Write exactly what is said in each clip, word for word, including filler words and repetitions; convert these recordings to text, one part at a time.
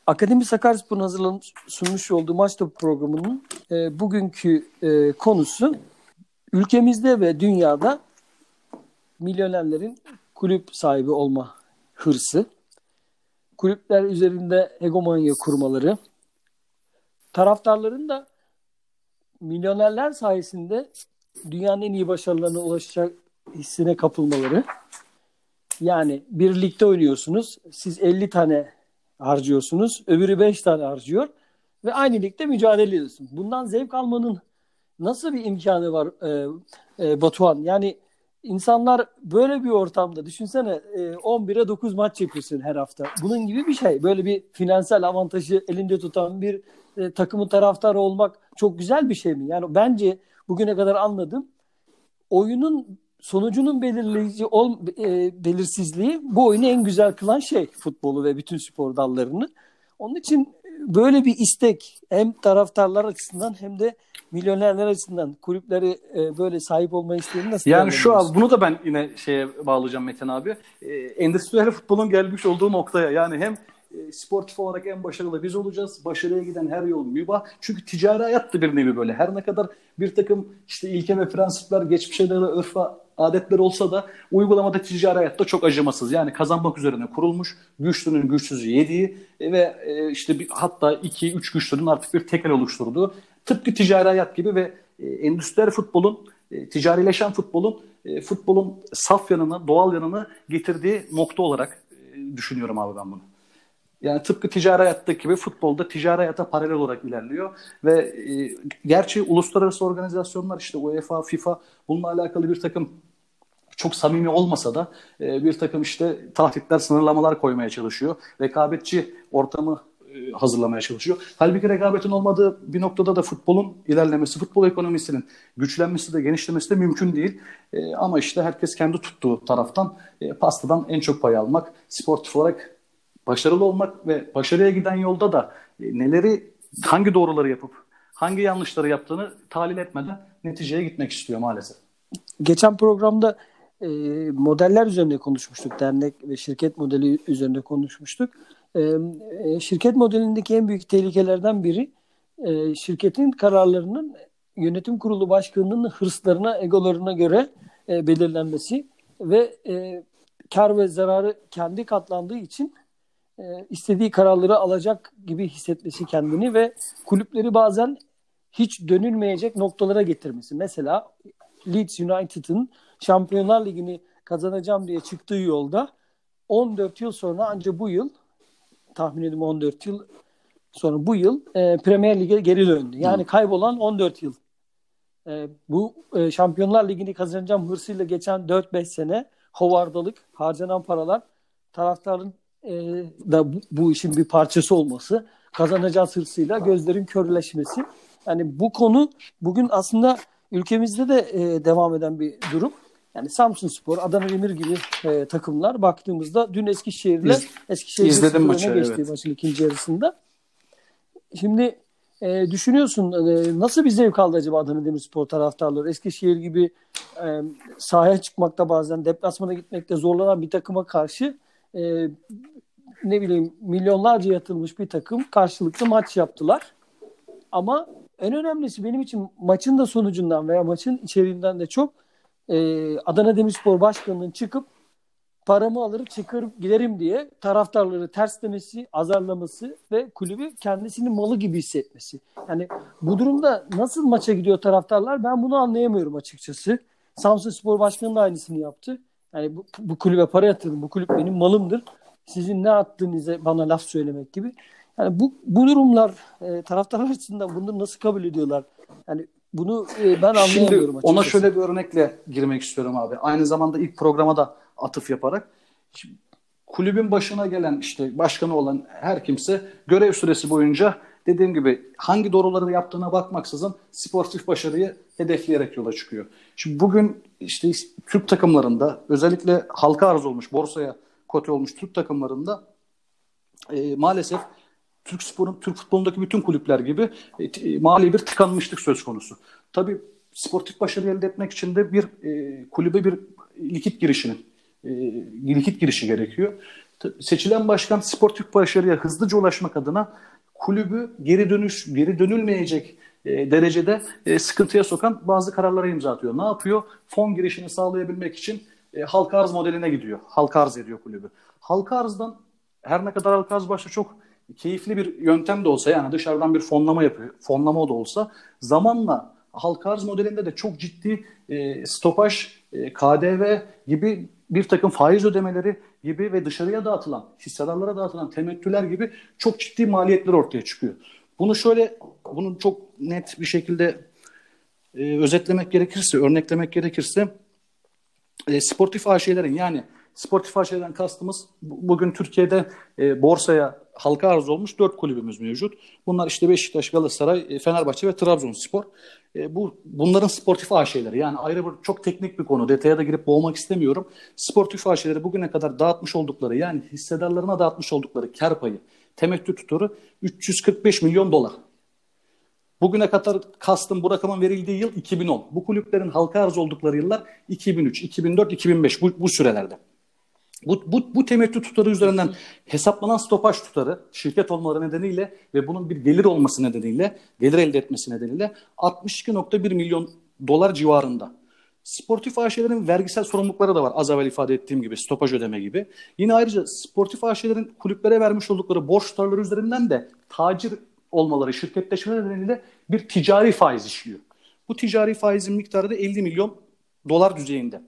Akademi Sakaryaspor'un hazırlanmış sunmuş olduğu Maç Topu programının e, bugünkü e, konusu ülkemizde ve dünyada milyonerlerin kulüp sahibi olma hırsı, kulüpler üzerinde hegemonya kurmaları, taraftarların da milyonerler sayesinde dünyanın en iyi başarılarına ulaşacak hissine kapılmaları. Yani bir ligde oynuyorsunuz, siz elli tane harcıyorsunuz, öbürü beş tane harcıyor ve aynı ligde mücadele ediyorsunuz. Bundan zevk almanın nasıl bir imkanı var e, e, Batuhan? Yani insanlar böyle bir ortamda düşünsene e, on bire dokuz maç yapıyorsun her hafta. Bunun gibi bir şey. Böyle bir finansal avantajı elinde tutan bir e, takımın taraftarı olmak çok güzel bir şey mi? Yani bence bugüne kadar anladım. Oyunun sonucunun belirleyici ol, e, belirsizliği bu oyunu en güzel kılan şey, futbolu ve bütün spor dallarını. Onun için böyle bir istek hem taraftarlar açısından hem de milyonerler açısından kulüpleri e, böyle sahip olma isteğini nasıl Yani şu değerlendiriyorsun? an bunu da ben yine şeye bağlayacağım Metin abi. E, endüstriyel futbolun gelmiş olduğu noktaya, yani hem e, sportif olarak en başarılı biz olacağız. Başarıya giden her yol mübah. Çünkü ticari hayat da bir nevi böyle. Her ne kadar bir takım işte ilke ve prensipler, geçmişe dayalı örf adetler olsa da uygulamada ticari hayatta çok acımasız. Yani kazanmak üzerine kurulmuş, güçlünün güçsüzü yediği e, ve e, işte bir, hatta iki üç güçlünün artık bir tekel oluşturduğu, tıpkı ticari hayat gibi ve e, endüstriyel futbolun, e, ticarileşen futbolun e, futbolun saf yanını, doğal yanını getirdiği nokta olarak e, düşünüyorum abi ben bunu. Yani tıpkı ticari hayattaki gibi futbolda ticari hayata paralel olarak ilerliyor ve e, gerçi uluslararası organizasyonlar, işte UEFA, FIFA, bununla alakalı bir takım çok samimi olmasa da e, bir takım işte tahditler, sınırlamalar koymaya çalışıyor. Rekabetçi ortamı e, hazırlamaya çalışıyor. Halbuki rekabetin olmadığı bir noktada da futbolun ilerlemesi, futbol ekonomisinin güçlenmesi de genişlemesi de mümkün değil. E, ama işte herkes kendi tuttuğu taraftan e, pastadan en çok pay almak, sportif olarak başarılı olmak ve başarıya giden yolda da e, neleri, hangi doğruları yapıp hangi yanlışları yaptığını tahlil etmeden neticeye gitmek istiyor maalesef. Geçen programda e, modeller üzerine konuşmuştuk. Dernek ve şirket modeli üzerine konuşmuştuk. E, e, şirket modelindeki en büyük tehlikelerden biri e, şirketin kararlarının yönetim kurulu başkanının hırslarına, egolarına göre e, belirlenmesi ve e, kar ve zararı kendi katlandığı için e, istediği kararları alacak gibi hissetmesi kendini ve kulüpleri bazen hiç dönülmeyecek noktalara getirmesi. Mesela Leeds United'ın Şampiyonlar Ligi'ni kazanacağım diye çıktığı yolda on dört yıl sonra, ancak bu yıl, tahmin ediyorum on dört yıl sonra bu yıl e, Premier Lig'e geri döndü. Yani kaybolan on dört yıl. E, bu e, Şampiyonlar Ligi'ni kazanacağım hırsıyla geçen dört beş sene hovardalık, harcanan paralar, taraftarın e, da bu, bu işin bir parçası olması, kazanacağız hırsıyla gözlerin körleşmesi. Yani bu konu bugün aslında ülkemizde de e, devam eden bir durum. Yani Samsunspor, Adanademir gibi e, takımlar baktığımızda dün Eskişehir'le İz, Eskişehir'in izledim sıfır maçı, öne geçtiği evet. maçın ikinci yarısında. Şimdi e, düşünüyorsun e, nasıl bir zevk aldı acaba Adanademir taraftarları? Eskişehir gibi e, sahaya çıkmakta, bazen deplasmana gitmekte zorlanan bir takıma karşı e, ne bileyim milyonlarca yatırılmış bir takım karşılıklı maç yaptılar. Ama en önemlisi benim için maçın da sonucundan veya maçın içeriğinden de çok e, Adana Demirspor Başkanı'nın çıkıp paramı alır çıkarıp giderim diye taraftarları terslemesi, azarlaması ve kulübü kendisinin malı gibi hissetmesi. Yani bu durumda nasıl maça gidiyor taraftarlar, ben bunu anlayamıyorum açıkçası. Samsunspor Başkanı da aynısını yaptı. Yani bu, bu kulübe para yatırdım, bu kulüp benim malımdır. Sizin ne attığınıza bana laf söylemek gibi. Yani bu bu durumlar e, taraftarlar açısından bunları nasıl kabul ediyorlar? Yani bunu e, ben anlayamıyorum Şimdi açıkçası. ona şöyle bir örnekle girmek istiyorum abi. Aynı zamanda ilk programa da atıf yaparak. Şimdi, kulübün başına gelen, işte başkanı olan her kimse görev süresi boyunca dediğim gibi hangi doğruları yaptığına bakmaksızın sportif başarıyı hedefleyerek yola çıkıyor. Şimdi bugün işte Türk takımlarında, özellikle halka arz olmuş, borsaya kote olmuş Türk takımlarında e, maalesef Türk sporun, Türk futbolundaki bütün kulüpler gibi e, mali bir tıkanmışlık söz konusu. Tabii sportif başarı elde etmek için de bir e, kulübe bir likit girişinin e, likit girişi gerekiyor. Seçilen başkan sportif başarıya hızlıca ulaşmak adına kulübü geri dönüş geri dönülmeyecek e, derecede e, sıkıntıya sokan bazı kararlara imza atıyor. Ne yapıyor? Fon girişini sağlayabilmek için e, halka arz modeline gidiyor. Halka arz ediyor kulübü. Halka arzdan her ne kadar halka arz başta çok keyifli bir yöntem de olsa, yani dışarıdan bir fonlama yapıyor. Fonlama da olsa zamanla halka arz modelinde de çok ciddi e, stopaj, e, K D V gibi bir takım faiz ödemeleri gibi ve dışarıya dağıtılan, hissedarlara dağıtılan temettüler gibi çok ciddi maliyetler ortaya çıkıyor. Bunu şöyle, bunu çok net bir şekilde e, özetlemek gerekirse, örneklemek gerekirse e, sportif A Ş'lerin, yani sportif A Ş'den kastımız bugün Türkiye'de e, borsaya halka arz olmuş dört kulübümüz mevcut. Bunlar işte Beşiktaş, Galatasaray, e, Fenerbahçe ve Trabzonspor. E, bu bunların sportif A Ş'leri, yani ayrı bir çok teknik bir konu. Detaya da girip boğmak istemiyorum. Sportif A Ş'leri bugüne kadar dağıtmış oldukları, yani hissedarlarına dağıtmış oldukları kar payı, temettü tutarı üç yüz kırk beş milyon dolar. Bugüne kadar kastım bu rakamın verildiği yıl iki bin on. Bu kulüplerin halka arz oldukları yıllar iki bin üç, iki bin dört, iki bin beş, bu, bu sürelerde. Bu, bu, bu temettü tutarı üzerinden hesaplanan stopaj tutarı, şirket olmaları nedeniyle ve bunun bir gelir olması nedeniyle, gelir elde etmesi nedeniyle altmış iki virgül bir milyon dolar civarında. Sportif A Ş'lerin vergisel sorumlulukları da var. Az evvel ifade ettiğim gibi stopaj ödeme gibi. Yine ayrıca sportif A Ş'lerin kulüplere vermiş oldukları borç tutarları üzerinden de tacir olmaları, şirketleşme nedeniyle bir ticari faiz işliyor. Bu ticari faizin miktarı da elli milyon dolar düzeyinde.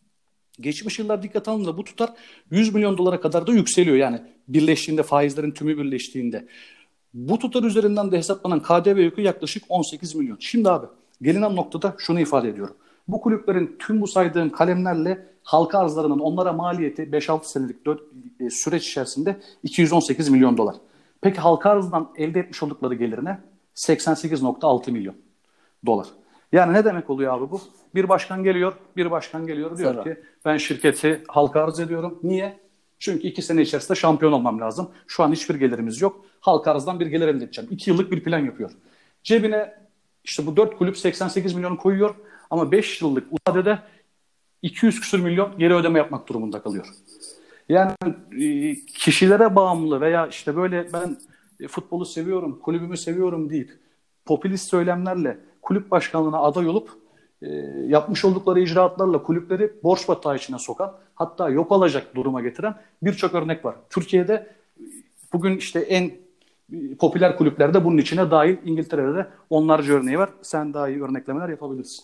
Geçmiş yıllar dikkat alındığında bu tutar yüz milyon dolara kadar da yükseliyor. Yani birleştiğinde, faizlerin tümü birleştiğinde. Bu tutar üzerinden de hesaplanan K D V yükü yaklaşık on sekiz milyon. Şimdi abi gelinen noktada şunu ifade ediyorum. Bu kulüplerin tüm bu saydığım kalemlerle halka arzlarının onlara maliyeti beş altı senelik dört, e, süreç içerisinde iki yüz on sekiz milyon dolar. Peki halka arzdan elde etmiş oldukları gelirine seksen sekiz virgül altı milyon dolar. Yani ne demek oluyor abi bu? Bir başkan geliyor, bir başkan geliyor diyor Zara. ki ben şirketi halka arz ediyorum. Niye? Çünkü iki sene içerisinde şampiyon olmam lazım. Şu an hiçbir gelirimiz yok. Halka arzdan bir gelir elde edeceğim. İki yıllık bir plan yapıyor. Cebine işte bu dört kulüp seksen sekiz milyon koyuyor ama beş yıllık vadede iki yüz küsur milyon geri ödeme yapmak durumunda kalıyor. Yani kişilere bağımlı veya işte böyle ben futbolu seviyorum, kulübümü seviyorum deyip popülist söylemlerle kulüp başkanlığına aday olup e, yapmış oldukları icraatlarla kulüpleri borç batağı içine sokan, hatta yok olacak duruma getiren birçok örnek var. Türkiye'de bugün işte en popüler kulüplerde bunun içine dahil, İngiltere'de de onlarca örneği var. Sen daha iyi örneklemeler yapabilirsin.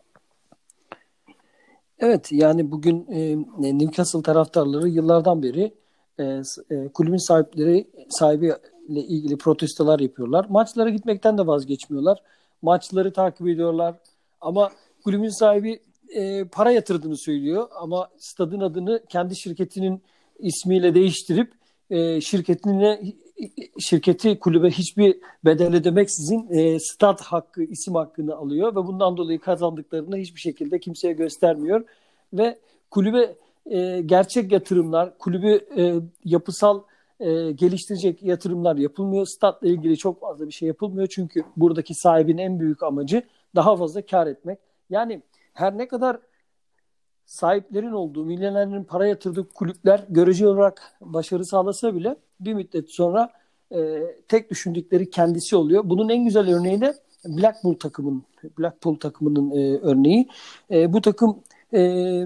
Evet, yani bugün e, Newcastle taraftarları yıllardan beri e, e, kulübün sahipleri sahibiyle ilgili protestolar yapıyorlar. Maçlara gitmekten de vazgeçmiyorlar. Maçları takip ediyorlar. Ama kulübün sahibi e, para yatırdığını söylüyor. Ama stadın adını kendi şirketinin ismiyle değiştirip e, şirketine şirketi kulübe hiçbir bedel ödemeksizin e, stat hakkı, isim hakkını alıyor ve bundan dolayı kazandıklarını hiçbir şekilde kimseye göstermiyor ve kulübe e, gerçek yatırımlar, kulübü e, yapısal e, geliştirecek yatırımlar yapılmıyor. Statla ilgili çok fazla bir şey yapılmıyor çünkü buradaki sahibin en büyük amacı daha fazla kar etmek. Yani her ne kadar sahiplerin olduğu, milyonerlerin para yatırdığı kulüpler görece olarak başarı sağlasa bile bir müddet sonra e, tek düşündükleri kendisi oluyor. Bunun en güzel örneği de Blackpool takımının Blackpool takımının e, örneği. E, bu takım e,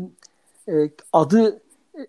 e, adı e,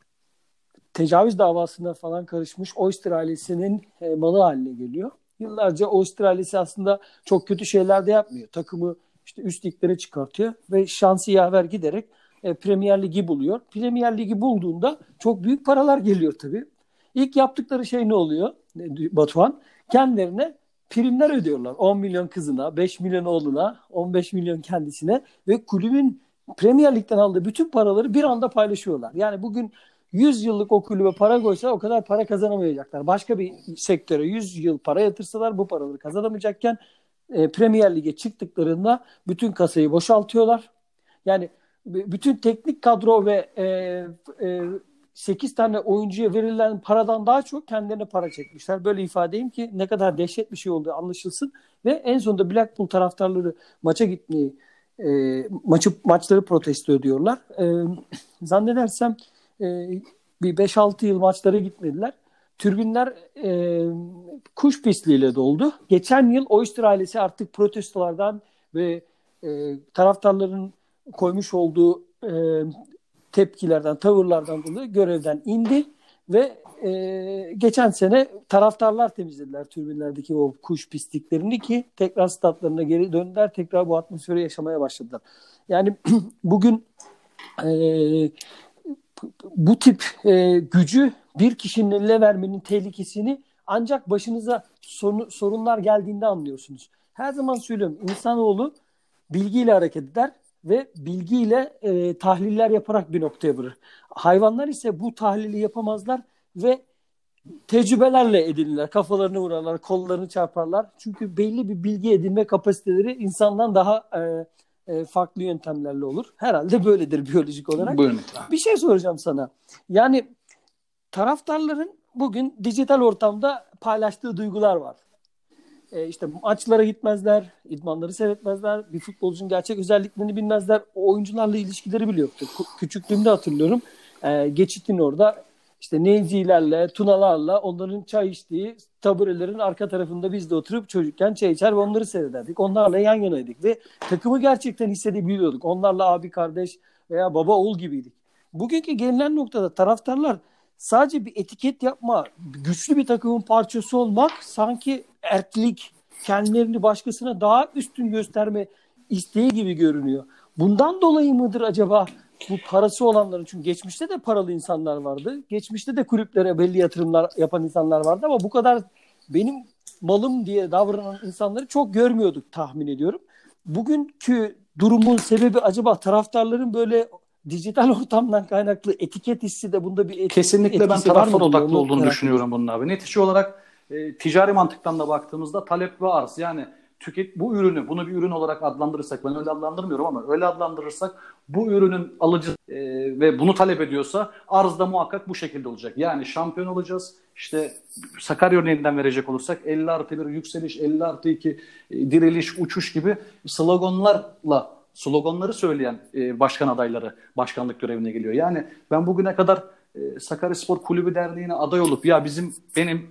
tecavüz davasına falan karışmış Oyster ailesinin e, malı haline geliyor. Yıllarca Oyster ailesi aslında çok kötü şeyler de yapmıyor. Takımı işte üst liglere çıkartıyor ve şansı yaver giderek e, Premier Ligi buluyor. Premier Ligi bulduğunda çok büyük paralar geliyor tabii. İlk yaptıkları şey ne oluyor Batuhan? Kendilerine primler ödüyorlar. on milyon kızına, beş milyon oğluna, on beş milyon kendisine ve kulübün Premier Lig'den aldığı bütün paraları bir anda paylaşıyorlar. Yani bugün yüz yıllık o kulübe para koysa o kadar para kazanamayacaklar. Başka bir sektöre yüz yıl para yatırsalar bu paraları kazanamayacakken e, Premier Lig'e çıktıklarında bütün kasayı boşaltıyorlar. Yani bütün teknik kadro ve e, e, sekiz tane oyuncuya verilen paradan daha çok kendilerine para çekmişler. Böyle ifade edeyim ki ne kadar dehşet bir şey olduğu anlaşılsın. Ve en sonunda Blackpool taraftarları maça gitmeyi, e, maçı maçları protesto ediyorlar. E, zannedersem e, bir beş altı yıl maçlara gitmediler. Tribünler e, kuş pisliğiyle doldu. Geçen yıl Oyster ailesi artık protestolardan ve e, taraftarların koymuş olduğu e, tepkilerden, tavırlardan dolayı görevden indi ve e, geçen sene taraftarlar temizlediler tribünlerdeki o kuş pisliklerini ki tekrar statlarına geri döndüler. Tekrar bu atmosferi yaşamaya başladılar. Yani bugün e, bu tip e, gücü bir kişinin eline vermenin tehlikesini ancak başınıza sorun, sorunlar geldiğinde anlıyorsunuz. Her zaman söylüyorum, insanoğlu bilgiyle hareket eder ve bilgiyle e, tahliller yaparak bir noktaya varır. Hayvanlar ise bu tahlili yapamazlar ve tecrübelerle edinirler. Kafalarını vurarlar, kollarını çarparlar. Çünkü belli bir bilgi edinme kapasiteleri insandan daha e, e, farklı yöntemlerle olur. Herhalde böyledir biyolojik olarak. Buyurun. Bir şey soracağım sana. Yani taraftarların bugün dijital ortamda paylaştığı duygular var. E işte maçlara gitmezler, idmanları seyretmezler, bir futbolcunun gerçek özelliklerini bilmezler, o oyuncularla ilişkileri bile yoktu. Küçüklüğümde hatırlıyorum, e, geçitin orada işte Nevzilerle, Tunalarla onların çay içtiği taburelerin arka tarafında biz de oturup çocukken çay içer ve onları seyrederdik. Onlarla yan yanaydık ve takımı gerçekten hissedebiliyorduk. Onlarla abi kardeş veya baba oğul gibiydik. Bugünkü gelinen noktada taraftarlar sadece bir etiket yapma, güçlü bir takımın parçası olmak, sanki erklik, kendilerini başkasına daha üstün gösterme isteği gibi görünüyor. Bundan dolayı mıdır acaba bu parası olanların? Çünkü geçmişte de paralı insanlar vardı. Geçmişte de kulüplere belli yatırımlar yapan insanlar vardı ama bu kadar benim malım diye davranan insanları çok görmüyorduk tahmin ediyorum. Bugünkü durumun sebebi acaba taraftarların böyle dijital ortamdan kaynaklı etiket hissi de bunda bir etkisi, Kesinlikle ben taraftar odaklı olduğunu düşünüyorum bunun abi. Netice olarak e, ticari mantıktan da baktığımızda talep ve arz. Yani tüket bu ürünü, bunu bir ürün olarak adlandırırsak, ben öyle adlandırmıyorum ama öyle adlandırırsak bu ürünün alıcısı e, ve bunu talep ediyorsa arz da muhakkak bu şekilde olacak. Yani şampiyon olacağız. İşte Sakarya örneğinden verecek olursak elli artı bir yükseliş, elli artı iki e, diriliş, uçuş gibi sloganlarla sloganları söyleyen e, başkan adayları başkanlık görevine geliyor. Yani ben bugüne kadar e, Sakaryaspor Kulübü Derneği'ne aday olup ya bizim benim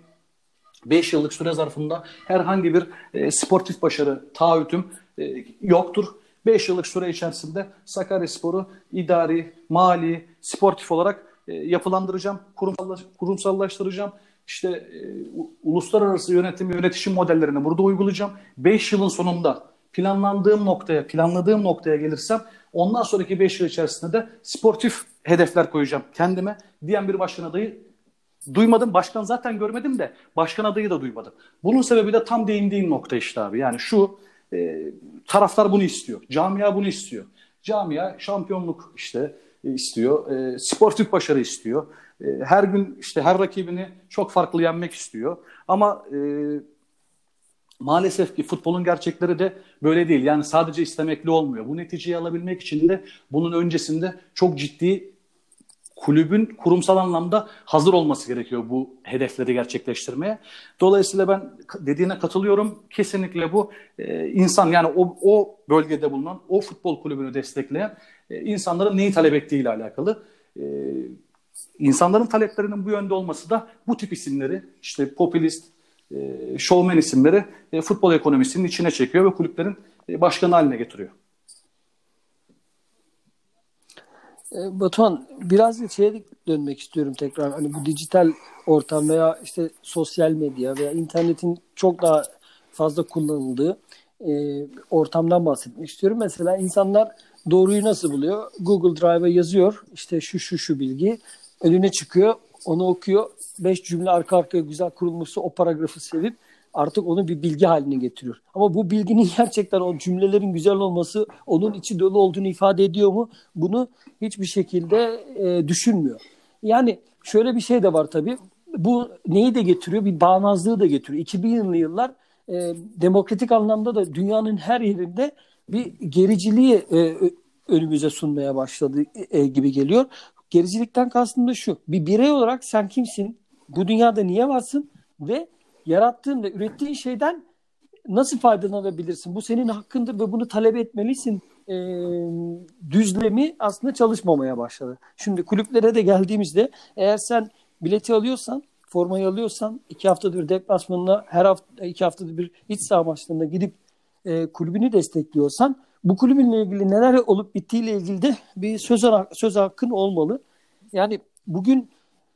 beş yıllık süre zarfında herhangi bir e, sportif başarı, taahhütüm e, yoktur. beş yıllık süre içerisinde Sakaryaspor'u idari, mali, sportif olarak e, yapılandıracağım, kurumsallaş, kurumsallaştıracağım. İşte e, uluslararası yönetim, yönetişim modellerini burada uygulayacağım. beş yılın sonunda planlandığım noktaya, planladığım noktaya gelirsem ondan sonraki beş yıl içerisinde de sportif hedefler koyacağım kendime diyen bir başkan adayı duymadım. Başkan zaten görmedim de başkan adayı da duymadım. Bunun sebebi de tam değindiğim nokta işte abi. Yani şu e, taraftar bunu istiyor. Camia bunu istiyor. Camia şampiyonluk işte e, istiyor. E, sportif başarı istiyor. E, her gün işte her rakibini çok farklı yenmek istiyor. Ama e, maalesef ki futbolun gerçekleri de böyle değil. Yani sadece istemekle olmuyor. Bu neticeyi alabilmek için de bunun öncesinde çok ciddi kulübün kurumsal anlamda hazır olması gerekiyor bu hedefleri gerçekleştirmeye. Dolayısıyla ben dediğine katılıyorum. Kesinlikle bu e, insan yani o, o bölgede bulunan, o futbol kulübünü destekleyen e, insanların neyi talep ettiğiyle alakalı. E, insanların taleplerinin bu yönde olması da bu tip isimleri, işte popülist, e, şovmen isimleri e, futbol ekonomisinin içine çekiyor ve kulüplerin e, başkanı haline getiriyor. Batuhan, biraz da şeye dönmek istiyorum tekrar. Hani bu dijital ortam veya işte sosyal medya veya internetin çok daha fazla kullanıldığı e, ortamdan bahsetmek istiyorum. Mesela insanlar doğruyu nasıl buluyor? Google Drive'a yazıyor. İşte şu şu şu bilgi önüne çıkıyor. Onu okuyor. Beş cümle arka arkaya güzel kurulmuşsa o paragrafı sevip artık onu bir bilgi haline getiriyor. Ama bu bilginin gerçekten o cümlelerin güzel olması, onun içi dolu olduğunu ifade ediyor mu? Bunu hiçbir şekilde e, düşünmüyor. Yani şöyle bir şey de var tabii. Bu neyi de getiriyor? Bir bağnazlığı da getiriyor. iki binli yıllar e, demokratik anlamda da dünyanın her yerinde bir gericiliği e, önümüze sunmaya başladı e, gibi geliyor. Gericilikten kastım da şu. Bir birey olarak sen kimsin? Bu dünyada niye varsın? Ve yarattığın ve ürettiğin şeyden nasıl faydalanabilirsin? Bu senin hakkındır ve bunu talep etmelisin e, düzlemi aslında çalışmamaya başladı. Şimdi kulüplere de geldiğimizde eğer sen bileti alıyorsan, formayı alıyorsan iki haftada bir deplasmanına, her hafta iki haftada bir iç saha maçlarına gidip e, kulübünü destekliyorsan bu kulübünle ilgili neler olup bittiğiyle ilgili de bir söz, söz hakkın olmalı. Yani bugün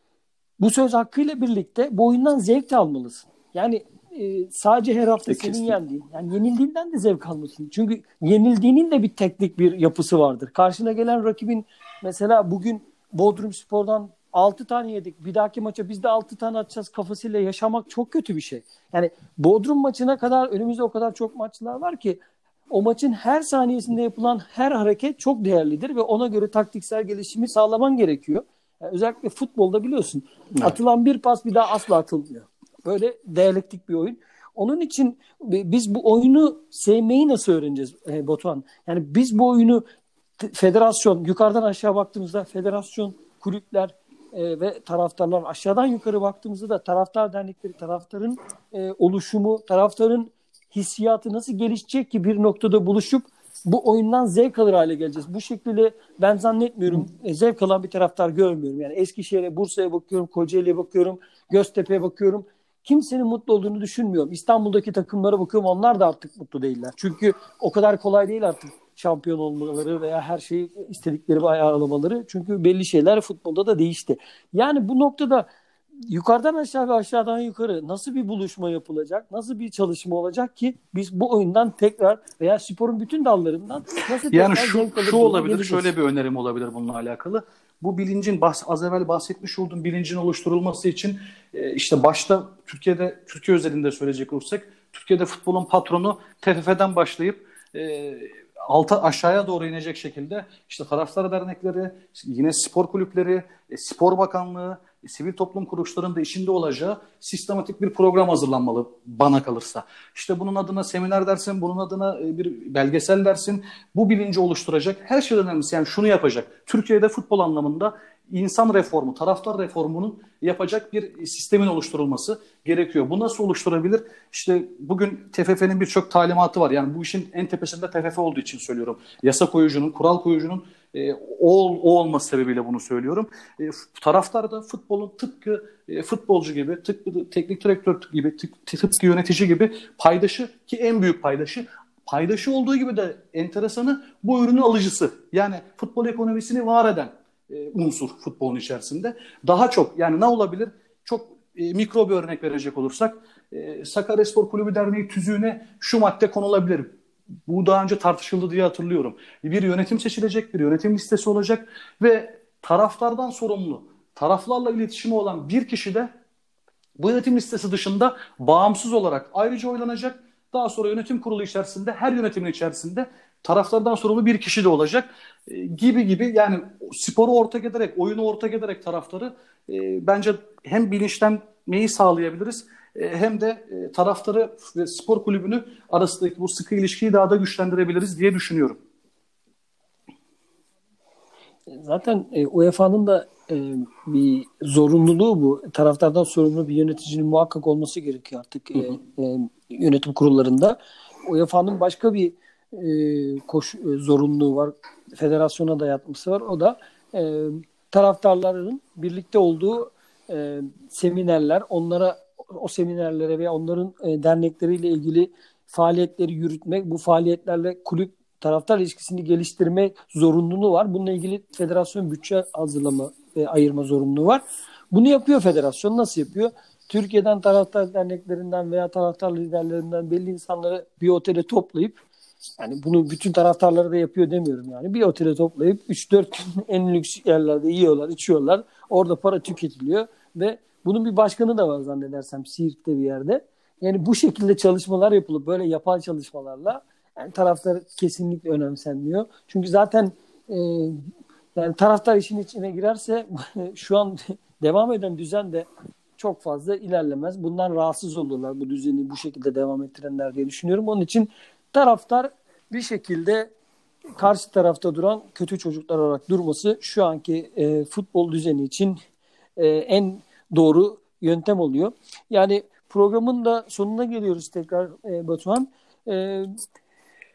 bu söz hakkıyla birlikte bu oyundan zevk de almalısın. Yani e, sadece her hafta senin Kesinlikle. yendiğin. Yani yenildiğinden de zevk almalısın. Çünkü yenildiğinin de bir teknik bir yapısı vardır. Karşına gelen rakibin mesela bugün Bodrumspor'dan altı tane yedik. Bir dahaki maça biz de altı tane atacağız kafasıyla yaşamak çok kötü bir şey. Yani Bodrum maçına kadar önümüzde o kadar çok maçlar var ki o maçın her saniyesinde yapılan her hareket çok değerlidir ve ona göre taktiksel gelişimi sağlaman gerekiyor. Yani özellikle futbolda biliyorsun Evet. atılan bir pas bir daha asla atılmıyor. Böyle diyalektik bir oyun. Onun için biz bu oyunu sevmeyi nasıl öğreneceğiz e, Batuhan? Yani biz bu oyunu federasyon, yukarıdan aşağı baktığımızda federasyon, kulüpler e, ve taraftarlar, aşağıdan yukarı baktığımızda da taraftar dernekleri, taraftarın e, oluşumu, taraftarın hissiyatı nasıl gelişecek ki bir noktada buluşup bu oyundan zevk alır hale geleceğiz. Bu şekilde ben zannetmiyorum. E, zevk alan bir taraftar görmüyorum. Yani Eskişehir'e, Bursa'ya bakıyorum, Kocaeli'ye bakıyorum, Göztepe'ye bakıyorum. Kimsenin mutlu olduğunu düşünmüyorum. İstanbul'daki takımlara bakıyorum. Onlar da artık mutlu değiller. Çünkü o kadar kolay değil artık şampiyon olmaları veya her şeyi istedikleri bir ayağa alamaları. Çünkü belli şeyler futbolda da değişti. Yani bu noktada yukarıdan aşağı ve aşağıdan yukarı nasıl bir buluşma yapılacak? Nasıl bir çalışma olacak ki biz bu oyundan tekrar veya sporun bütün dallarından nasıl tekrar Yani şu, zevk şu alır olabilir, geleceğiz? şöyle bir önerim olabilir bununla alakalı. Bu bilincin, bahs- az evvel bahsetmiş olduğum bilincin oluşturulması için e, işte başta Türkiye'de, Türkiye özelinde söyleyecek olursak, Türkiye'de futbolun patronu T F F'den başlayıp e, alta aşağıya doğru inecek şekilde işte taraftar dernekleri, yine spor kulüpleri, e, spor bakanlığı, e, sivil toplum kuruluşlarının da içinde olacağı sistematik bir program hazırlanmalı bana kalırsa. İşte bunun adına seminer dersin, bunun adına e, bir belgesel dersin. Bu bilinci oluşturacak. Her şeyden önemlisi yani şunu yapacak. Türkiye'de futbol anlamında insan reformu, taraftar reformunun yapacak bir sistemin oluşturulması gerekiyor. Bu nasıl oluşturabilir? İşte bugün T F F'nin birçok talimatı var. Yani bu işin en tepesinde T F F olduğu için söylüyorum. Yasa koyucunun, kural koyucunun e, o, o olması sebebiyle bunu söylüyorum. E, taraftar da futbolun tıpkı e, futbolcu gibi, tıpkı teknik direktör gibi, tıpkı, tıpkı yönetici gibi paydaşı, ki en büyük paydaşı, paydaşı olduğu gibi de enteresanı bu ürünün alıcısı. Yani futbol ekonomisini var eden e, unsur futbolun içerisinde. Daha çok yani ne olabilir? Çok e, mikro bir örnek verecek olursak e, Sakaryaspor Kulübü Derneği tüzüğüne şu madde konulabilir. Bu daha önce tartışıldı diye hatırlıyorum. Bir yönetim seçilecek, bir yönetim listesi olacak ve taraftardan sorumlu, taraflarla iletişimi olan bir kişi de bu yönetim listesi dışında bağımsız olarak ayrıca oylanacak. Daha sonra yönetim kurulu içerisinde, her yönetimin içerisinde taraflardan sorumlu bir kişi de olacak e, gibi gibi. Yani sporu ortak ederek, oyunu ortak ederek taraftarı e, bence hem bilinçlenmeyi sağlayabiliriz e, hem de e, taraftarı ve spor kulübünü arasındaki bu sıkı ilişkiyi daha da güçlendirebiliriz diye düşünüyorum. Zaten e, U E F A'nın da e, bir zorunluluğu bu. Taraftardan sorumlu bir yöneticinin muhakkak olması gerekiyor artık e, e, yönetim kurullarında. U E F A'nın başka bir e, koş, e, zorunluluğu var. Federasyona dayatması var. O da e, taraftarların birlikte olduğu e, seminerler, onlara o seminerlere veya onların e, dernekleriyle ilgili faaliyetleri yürütmek, bu faaliyetlerle kulüp taraftar ilişkisini geliştirme zorunluluğu var. Bununla ilgili federasyon bütçe hazırlama ve ayırma zorunluluğu var. Bunu yapıyor federasyon. Nasıl yapıyor? Türkiye'den taraftar derneklerinden veya taraftar liderlerinden belli insanları bir otele toplayıp, yani bunu bütün taraftarları da yapıyor demiyorum yani. Bir otele toplayıp üç dört gün en lüks yerlerde yiyorlar, içiyorlar. Orada para tüketiliyor ve bunun bir başkanı da var zannedersem Siirt'te bir yerde. Yani bu şekilde çalışmalar yapılıp böyle yapay çalışmalarla yani taraftar kesinlikle önemsenmiyor. Çünkü zaten e, yani taraftar işin içine girerse şu an devam eden düzen de çok fazla ilerlemez. Bundan rahatsız olurlar bu düzeni bu şekilde devam ettirenler diye düşünüyorum. Onun için taraftar bir şekilde karşı tarafta duran kötü çocuklar olarak durması şu anki e, futbol düzeni için e, en doğru yöntem oluyor. Yani programın da sonuna geliyoruz tekrar e, Batuhan. E,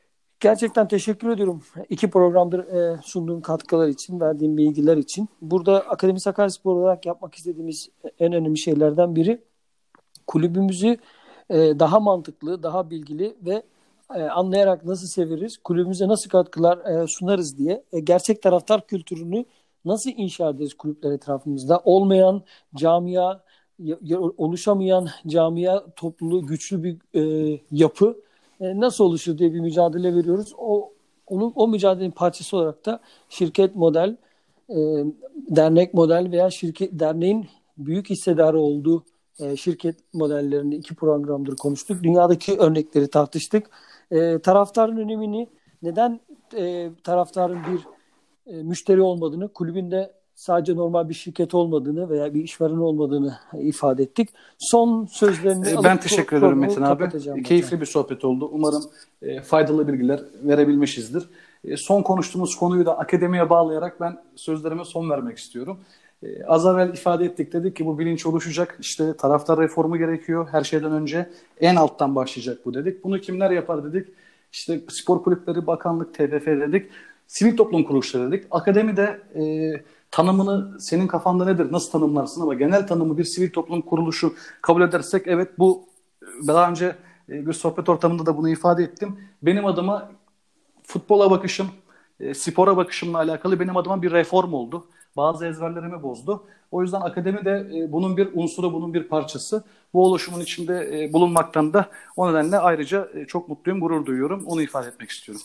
Gerçekten teşekkür ediyorum. İki programdır e, sunduğum katkılar için, verdiğim bilgiler için. Burada Akademi Sakaryaspor olarak yapmak istediğimiz en önemli şeylerden biri kulübümüzü e, daha mantıklı, daha bilgili ve e, anlayarak nasıl severiz, kulübümüze nasıl katkılar e, sunarız diye e, gerçek taraftar kültürünü nasıl inşa ederiz kulüpler etrafımızda? Olmayan camia, ya- ya- oluşamayan camia topluluğu, güçlü bir e, yapı e, nasıl oluşur diye bir mücadele veriyoruz. O onun o mücadelenin parçası olarak da şirket model, e, dernek model veya şirket derneğin büyük hissedarı olduğu e, şirket modellerini iki programdır konuştuk. Dünyadaki örnekleri tartıştık. E, taraftarın önemini, neden e, taraftarın bir e, müşteri olmadığını, kulübünde sadece normal bir şirket olmadığını veya bir işveren olmadığını ifade ettik. Son sözlerini E, alıp Ben teşekkür ederim Metin abi. kapatacağım. Keyifli hocam. bir sohbet oldu. Umarım e, faydalı bilgiler verebilmişizdir. E, son konuştuğumuz konuyu da akademiye bağlayarak ben sözlerime son vermek istiyorum. E, az evvel ifade ettik, dedik ki bu bilinç oluşacak. İşte taraftar reformu gerekiyor. Her şeyden önce en alttan başlayacak bu dedik. Bunu kimler yapar dedik. İşte spor kulüpleri, bakanlık, T F F dedik. Sivil toplum kuruluşları dedik. Akademide e, tanımını senin kafanda nedir? Nasıl tanımlarsın? Ama genel tanımı bir sivil toplum kuruluşu kabul edersek, evet, bu daha önce e, bir sohbet ortamında da bunu ifade ettim. Benim adıma futbola bakışım, e, spora bakışımla alakalı benim adıma bir reform oldu. Bazı ezberlerimi bozdu. O yüzden akademi de e, bunun bir unsuru, bunun bir parçası. Bu oluşumun içinde e, bulunmaktan da o nedenle ayrıca e, çok mutluyum, gurur duyuyorum. Onu ifade etmek istiyorum.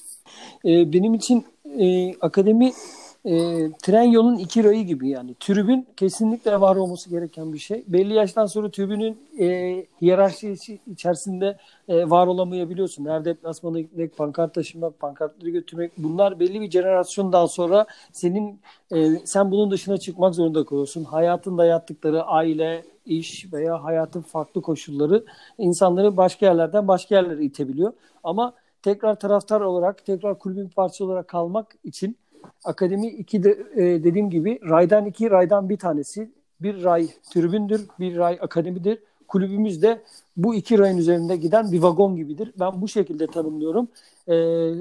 E, benim için e, akademi e, tren yolun iki rayı gibi, yani tribün kesinlikle var olması gereken bir şey. Belli yaştan sonra tribünün e, hiyerarşisi içerisinde e, var olamayabiliyorsun. Her deplasmana gitmek, pankart taşımak, pankartları götürmek, bunlar belli bir jenerasyondan sonra senin e, sen bunun dışına çıkmak zorunda kalıyorsun. Hayatın dayattıkları aile, iş veya hayatın farklı koşulları insanları başka yerlerden başka yerlere itebiliyor. Ama tekrar taraftar olarak, tekrar kulübün bir parçası olarak kalmak için akademi iki de, e, dediğim gibi raydan iki, raydan bir tanesi. Bir ray tribündür, bir ray akademidir. Kulübümüz de bu iki rayın üzerinde giden bir vagon gibidir. Ben bu şekilde tanımlıyorum. E,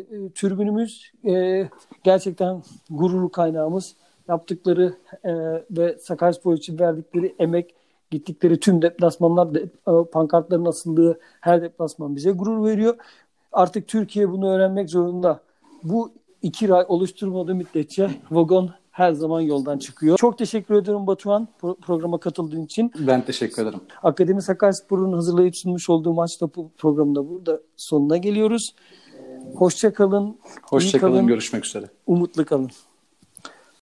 tribünümüz e, gerçekten gurur kaynağımız. Yaptıkları e, ve Sakaryaspor için verdikleri emek, gittikleri tüm deplasmanlar, de, e, pankartların asıldığı her deplasman bize gurur veriyor. Artık Türkiye bunu öğrenmek zorunda. Bu iki ray oluşturmadığı müddetçe vagon her zaman yoldan çıkıyor. Çok teşekkür ediyorum Batuhan, pro- programa katıldığın için. Ben teşekkür ederim. Akademi Sakaryaspor'un hazırlayıp sunmuş olduğu Maç Topu programında burada sonuna geliyoruz. Hoşça kalın. Hoşça kalın, görüşmek üzere. Umutlu kalın.